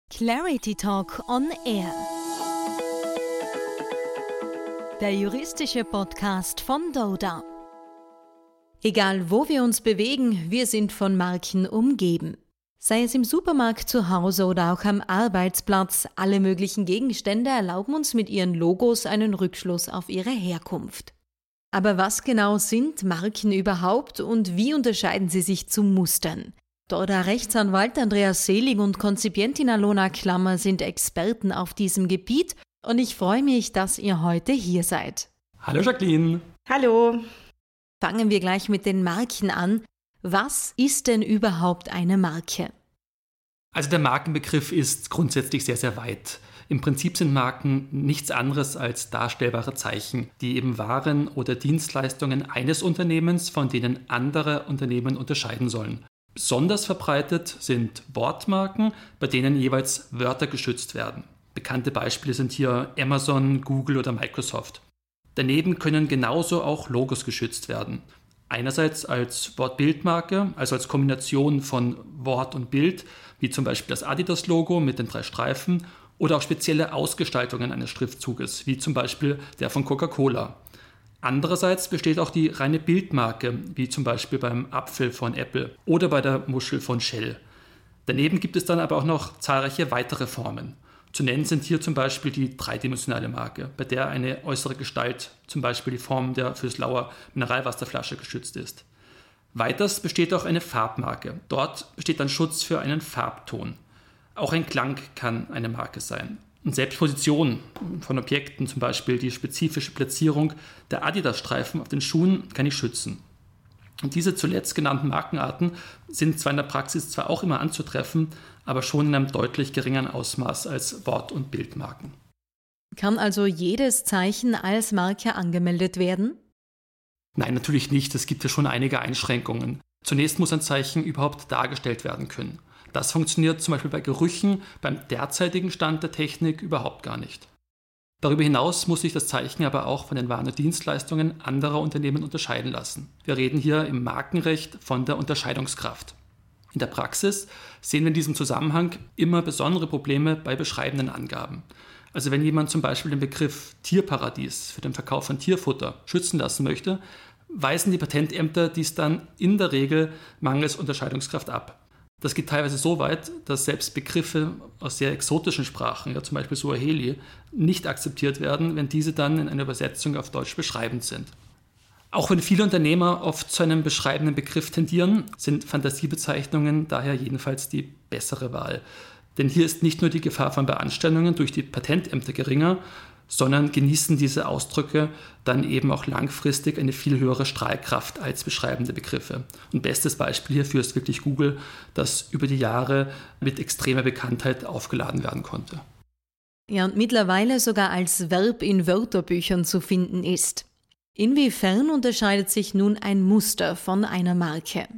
Clarity Talk on Air. Der juristische Podcast von Doda. Egal wo wir uns bewegen, wir sind von Marken umgeben. Sei es im Supermarkt zu Hause oder auch am Arbeitsplatz, alle möglichen Gegenstände erlauben uns mit ihren Logos einen Rückschluss auf ihre Herkunft. Aber was genau sind Marken überhaupt und wie unterscheiden sie sich zu Mustern? Doda-Rechtsanwalt Andreas Selig und Konzipientin Alona Klammer sind Experten auf diesem Gebiet und ich freue mich, dass ihr heute hier seid. Hallo Jacqueline. Hallo. Fangen wir gleich mit den Marken an. Was ist denn überhaupt eine Marke? Also der Markenbegriff ist grundsätzlich sehr, sehr weit. Im Prinzip sind Marken nichts anderes als darstellbare Zeichen, die eben Waren oder Dienstleistungen eines Unternehmens von denen andere Unternehmen unterscheiden sollen. Besonders verbreitet sind Wortmarken, bei denen jeweils Wörter geschützt werden. Bekannte Beispiele sind hier Amazon, Google oder Microsoft. Daneben können genauso auch Logos geschützt werden. Einerseits als Wort-Bild-Marke, also als Kombination von Wort und Bild, wie zum Beispiel das Adidas-Logo mit den 3 Streifen, oder auch spezielle Ausgestaltungen eines Schriftzuges, wie zum Beispiel der von Coca-Cola. Andererseits besteht auch die reine Bildmarke, wie zum Beispiel beim Apfel von Apple oder bei der Muschel von Shell. Daneben gibt es dann aber auch noch zahlreiche weitere Formen. Zu nennen sind hier zum Beispiel die dreidimensionale Marke, bei der eine äußere Gestalt, zum Beispiel die Form der Vöslauer Mineralwasserflasche, geschützt ist. Weiters besteht auch eine Farbmarke. Dort besteht dann Schutz für einen Farbton. Auch ein Klang kann eine Marke sein. Und selbst Position von Objekten, zum Beispiel die spezifische Platzierung der Adidas-Streifen auf den Schuhen, kann ich schützen. Und diese zuletzt genannten Markenarten sind zwar in der Praxis zwar auch immer anzutreffen, aber schon in einem deutlich geringeren Ausmaß als Wort- und Bildmarken. Kann also jedes Zeichen als Marke angemeldet werden? Nein, natürlich nicht. Es gibt ja schon einige Einschränkungen. Zunächst muss ein Zeichen überhaupt dargestellt werden können. Das funktioniert zum Beispiel bei Gerüchen beim derzeitigen Stand der Technik überhaupt gar nicht. Darüber hinaus muss sich das Zeichen aber auch von den Waren und Dienstleistungen anderer Unternehmen unterscheiden lassen. Wir reden hier im Markenrecht von der Unterscheidungskraft. In der Praxis sehen wir in diesem Zusammenhang immer besondere Probleme bei beschreibenden Angaben. Also wenn jemand zum Beispiel den Begriff Tierparadies für den Verkauf von Tierfutter schützen lassen möchte, weisen die Patentämter dies dann in der Regel mangels Unterscheidungskraft ab. Das geht teilweise so weit, dass selbst Begriffe aus sehr exotischen Sprachen, ja zum Beispiel Suaheli, nicht akzeptiert werden, wenn diese dann in einer Übersetzung auf Deutsch beschreibend sind. Auch wenn viele Unternehmer oft zu einem beschreibenden Begriff tendieren, sind Fantasiebezeichnungen daher jedenfalls die bessere Wahl. Denn hier ist nicht nur die Gefahr von Beanstandungen durch die Patentämter geringer, sondern genießen diese Ausdrücke dann eben auch langfristig eine viel höhere Strahlkraft als beschreibende Begriffe. Und bestes Beispiel hierfür ist wirklich Google, das über die Jahre mit extremer Bekanntheit aufgeladen werden konnte. Ja, und mittlerweile sogar als Verb in Wörterbüchern zu finden ist. Inwiefern unterscheidet sich nun ein Muster von einer Marke?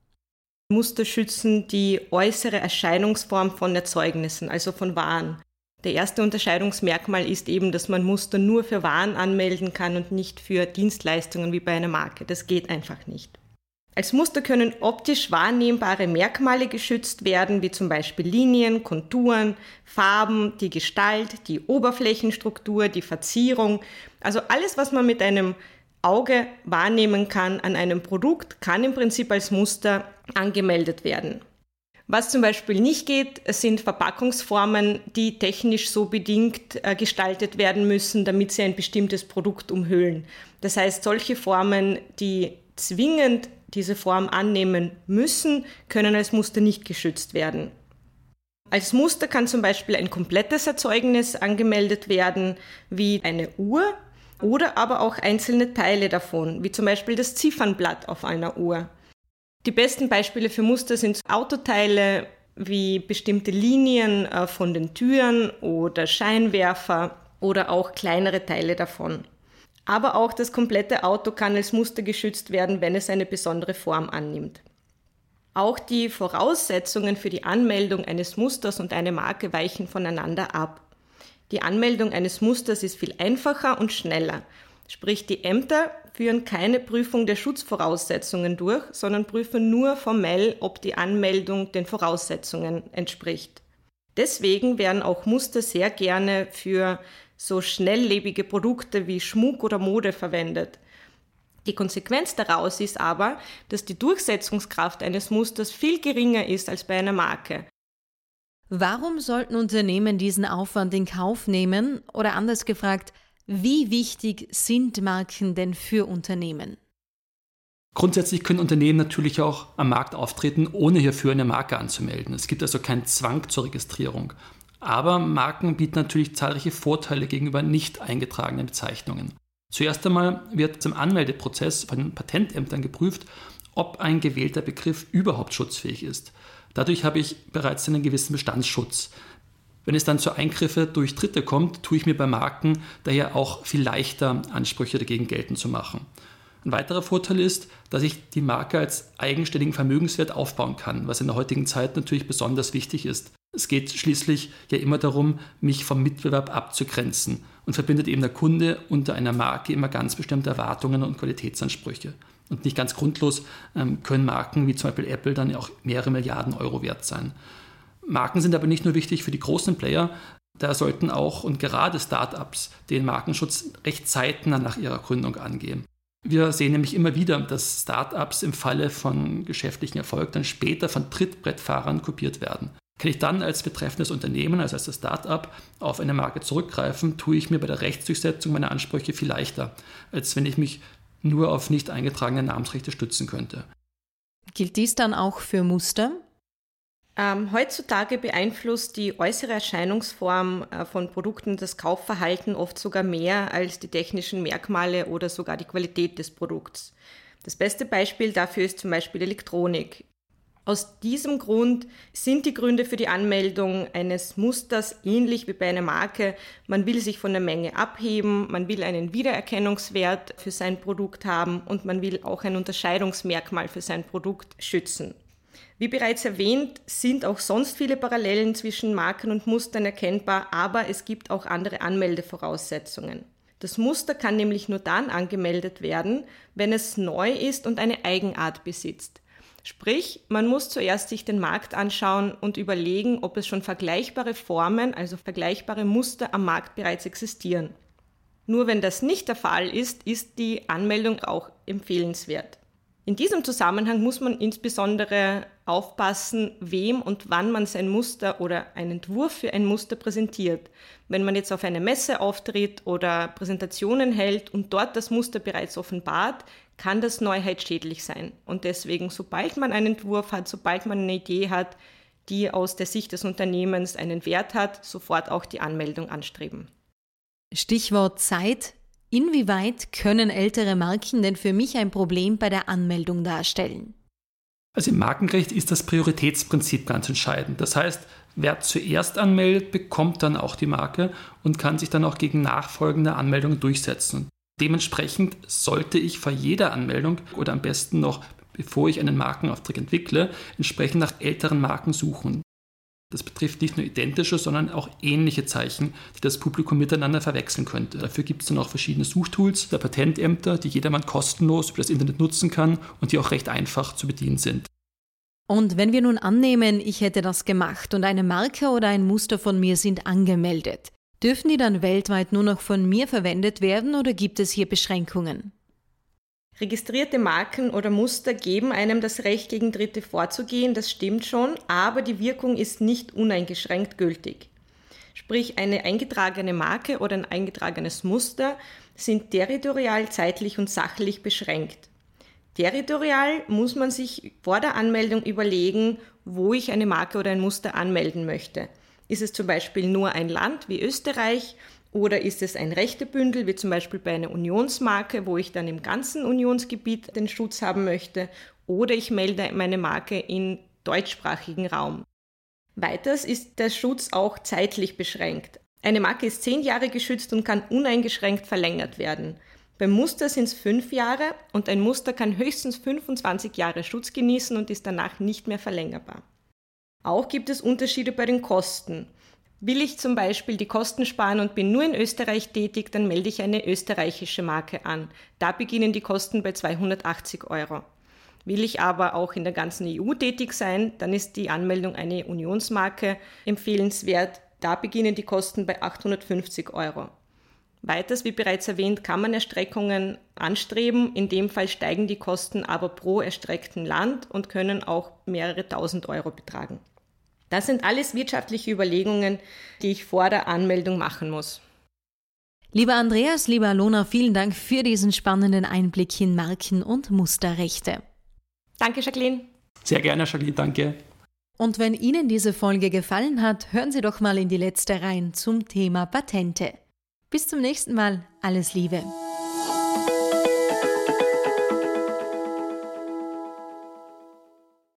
Muster schützen die äußere Erscheinungsform von Erzeugnissen, also von Waren. Der erste Unterscheidungsmerkmal ist eben, dass man Muster nur für Waren anmelden kann und nicht für Dienstleistungen wie bei einer Marke. Das geht einfach nicht. Als Muster können optisch wahrnehmbare Merkmale geschützt werden, wie zum Beispiel Linien, Konturen, Farben, die Gestalt, die Oberflächenstruktur, die Verzierung. Also alles, was man mit einem Auge wahrnehmen kann an einem Produkt, kann im Prinzip als Muster angemeldet werden. Was zum Beispiel nicht geht, sind Verpackungsformen, die technisch so bedingt gestaltet werden müssen, damit sie ein bestimmtes Produkt umhüllen. Das heißt, solche Formen, die zwingend diese Form annehmen müssen, können als Muster nicht geschützt werden. Als Muster kann zum Beispiel ein komplettes Erzeugnis angemeldet werden, wie eine Uhr, oder aber auch einzelne Teile davon, wie zum Beispiel das Ziffernblatt auf einer Uhr. Die besten Beispiele für Muster sind Autoteile wie bestimmte Linien von den Türen oder Scheinwerfer oder auch kleinere Teile davon. Aber auch das komplette Auto kann als Muster geschützt werden, wenn es eine besondere Form annimmt. Auch die Voraussetzungen für die Anmeldung eines Musters und einer Marke weichen voneinander ab. Die Anmeldung eines Musters ist viel einfacher und schneller. Sprich, die Ämter führen keine Prüfung der Schutzvoraussetzungen durch, sondern prüfen nur formell, ob die Anmeldung den Voraussetzungen entspricht. Deswegen werden auch Muster sehr gerne für so schnelllebige Produkte wie Schmuck oder Mode verwendet. Die Konsequenz daraus ist aber, dass die Durchsetzungskraft eines Musters viel geringer ist als bei einer Marke. Warum sollten Unternehmen diesen Aufwand in Kauf nehmen? Oder anders gefragt, wie wichtig sind Marken denn für Unternehmen? Grundsätzlich können Unternehmen natürlich auch am Markt auftreten, ohne hierfür eine Marke anzumelden. Es gibt also keinen Zwang zur Registrierung. Aber Marken bieten natürlich zahlreiche Vorteile gegenüber nicht eingetragenen Bezeichnungen. Zuerst einmal wird zum Anmeldeprozess von den Patentämtern geprüft, ob ein gewählter Begriff überhaupt schutzfähig ist. Dadurch habe ich bereits einen gewissen Bestandsschutz. Wenn es dann zu Eingriffen durch Dritte kommt, tue ich mir bei Marken daher auch viel leichter, Ansprüche dagegen geltend zu machen. Ein weiterer Vorteil ist, dass ich die Marke als eigenständigen Vermögenswert aufbauen kann, was in der heutigen Zeit natürlich besonders wichtig ist. Es geht schließlich ja immer darum, mich vom Mitbewerb abzugrenzen und verbindet eben der Kunde unter einer Marke immer ganz bestimmte Erwartungen und Qualitätsansprüche. Und nicht ganz grundlos können Marken wie zum Beispiel Apple dann auch mehrere Milliarden Euro wert sein. Marken sind aber nicht nur wichtig für die großen Player, da sollten auch und gerade Startups den Markenschutz recht zeitnah nach ihrer Gründung angehen. Wir sehen nämlich immer wieder, dass Startups im Falle von geschäftlichen Erfolg dann später von Trittbrettfahrern kopiert werden. Kann ich dann als betreffendes Unternehmen, also als das Startup, auf eine Marke zurückgreifen, tue ich mir bei der Rechtsdurchsetzung meiner Ansprüche viel leichter, als wenn ich mich nur auf nicht eingetragene Namensrechte stützen könnte. Gilt dies dann auch für Muster? Heutzutage beeinflusst die äußere Erscheinungsform von Produkten das Kaufverhalten oft sogar mehr als die technischen Merkmale oder sogar die Qualität des Produkts. Das beste Beispiel dafür ist zum Beispiel Elektronik. Aus diesem Grund sind die Gründe für die Anmeldung eines Musters ähnlich wie bei einer Marke. Man will sich von der Menge abheben, man will einen Wiedererkennungswert für sein Produkt haben und man will auch ein Unterscheidungsmerkmal für sein Produkt schützen. Wie bereits erwähnt, sind auch sonst viele Parallelen zwischen Marken und Mustern erkennbar, aber es gibt auch andere Anmeldevoraussetzungen. Das Muster kann nämlich nur dann angemeldet werden, wenn es neu ist und eine Eigenart besitzt. Sprich, man muss zuerst sich den Markt anschauen und überlegen, ob es schon vergleichbare Formen, also vergleichbare Muster am Markt bereits existieren. Nur wenn das nicht der Fall ist, ist die Anmeldung auch empfehlenswert. In diesem Zusammenhang muss man insbesondere aufpassen, wem und wann man sein Muster oder einen Entwurf für ein Muster präsentiert. Wenn man jetzt auf einer Messe auftritt oder Präsentationen hält und dort das Muster bereits offenbart, kann das neuheitsschädlich sein. Und deswegen, sobald man einen Entwurf hat, sobald man eine Idee hat, die aus der Sicht des Unternehmens einen Wert hat, sofort auch die Anmeldung anstreben. Stichwort Zeit. Inwieweit können ältere Marken denn für mich ein Problem bei der Anmeldung darstellen? Also im Markenrecht ist das Prioritätsprinzip ganz entscheidend. Das heißt, wer zuerst anmeldet, bekommt dann auch die Marke und kann sich dann auch gegen nachfolgende Anmeldungen durchsetzen. Dementsprechend sollte ich vor jeder Anmeldung oder am besten noch, bevor ich einen Markenauftrag entwickle, entsprechend nach älteren Marken suchen. Das betrifft nicht nur identische, sondern auch ähnliche Zeichen, die das Publikum miteinander verwechseln könnte. Dafür gibt es dann auch verschiedene Suchtools der Patentämter, die jedermann kostenlos über das Internet nutzen kann und die auch recht einfach zu bedienen sind. Und wenn wir nun annehmen, ich hätte das gemacht und eine Marke oder ein Muster von mir sind angemeldet, dürfen die dann weltweit nur noch von mir verwendet werden oder gibt es hier Beschränkungen? Registrierte Marken oder Muster geben einem das Recht, gegen Dritte vorzugehen, das stimmt schon, aber die Wirkung ist nicht uneingeschränkt gültig. Sprich, eine eingetragene Marke oder ein eingetragenes Muster sind territorial, zeitlich und sachlich beschränkt. Territorial muss man sich vor der Anmeldung überlegen, wo ich eine Marke oder ein Muster anmelden möchte. Ist es zum Beispiel nur ein Land wie Österreich? Oder ist es ein Rechtebündel, wie zum Beispiel bei einer Unionsmarke, wo ich dann im ganzen Unionsgebiet den Schutz haben möchte? Oder ich melde meine Marke im deutschsprachigen Raum. Weiters ist der Schutz auch zeitlich beschränkt. Eine Marke ist 10 Jahre geschützt und kann uneingeschränkt verlängert werden. Beim Muster sind es 5 Jahre und ein Muster kann höchstens 25 Jahre Schutz genießen und ist danach nicht mehr verlängerbar. Auch gibt es Unterschiede bei den Kosten. Will ich zum Beispiel die Kosten sparen und bin nur in Österreich tätig, dann melde ich eine österreichische Marke an. Da beginnen die Kosten bei 280 €. Will ich aber auch in der ganzen EU tätig sein, dann ist die Anmeldung eine Unionsmarke empfehlenswert. Da beginnen die Kosten bei 850 €. Weiters, wie bereits erwähnt, kann man Erstreckungen anstreben. In dem Fall steigen die Kosten aber pro erstreckten Land und können auch mehrere tausend € betragen. Das sind alles wirtschaftliche Überlegungen, die ich vor der Anmeldung machen muss. Lieber Andreas, lieber Alona, vielen Dank für diesen spannenden Einblick in Marken- und Musterrechte. Danke, Jacqueline. Sehr gerne, Jacqueline, danke. Und wenn Ihnen diese Folge gefallen hat, hören Sie doch mal in die letzte rein zum Thema Patente. Bis zum nächsten Mal. Alles Liebe.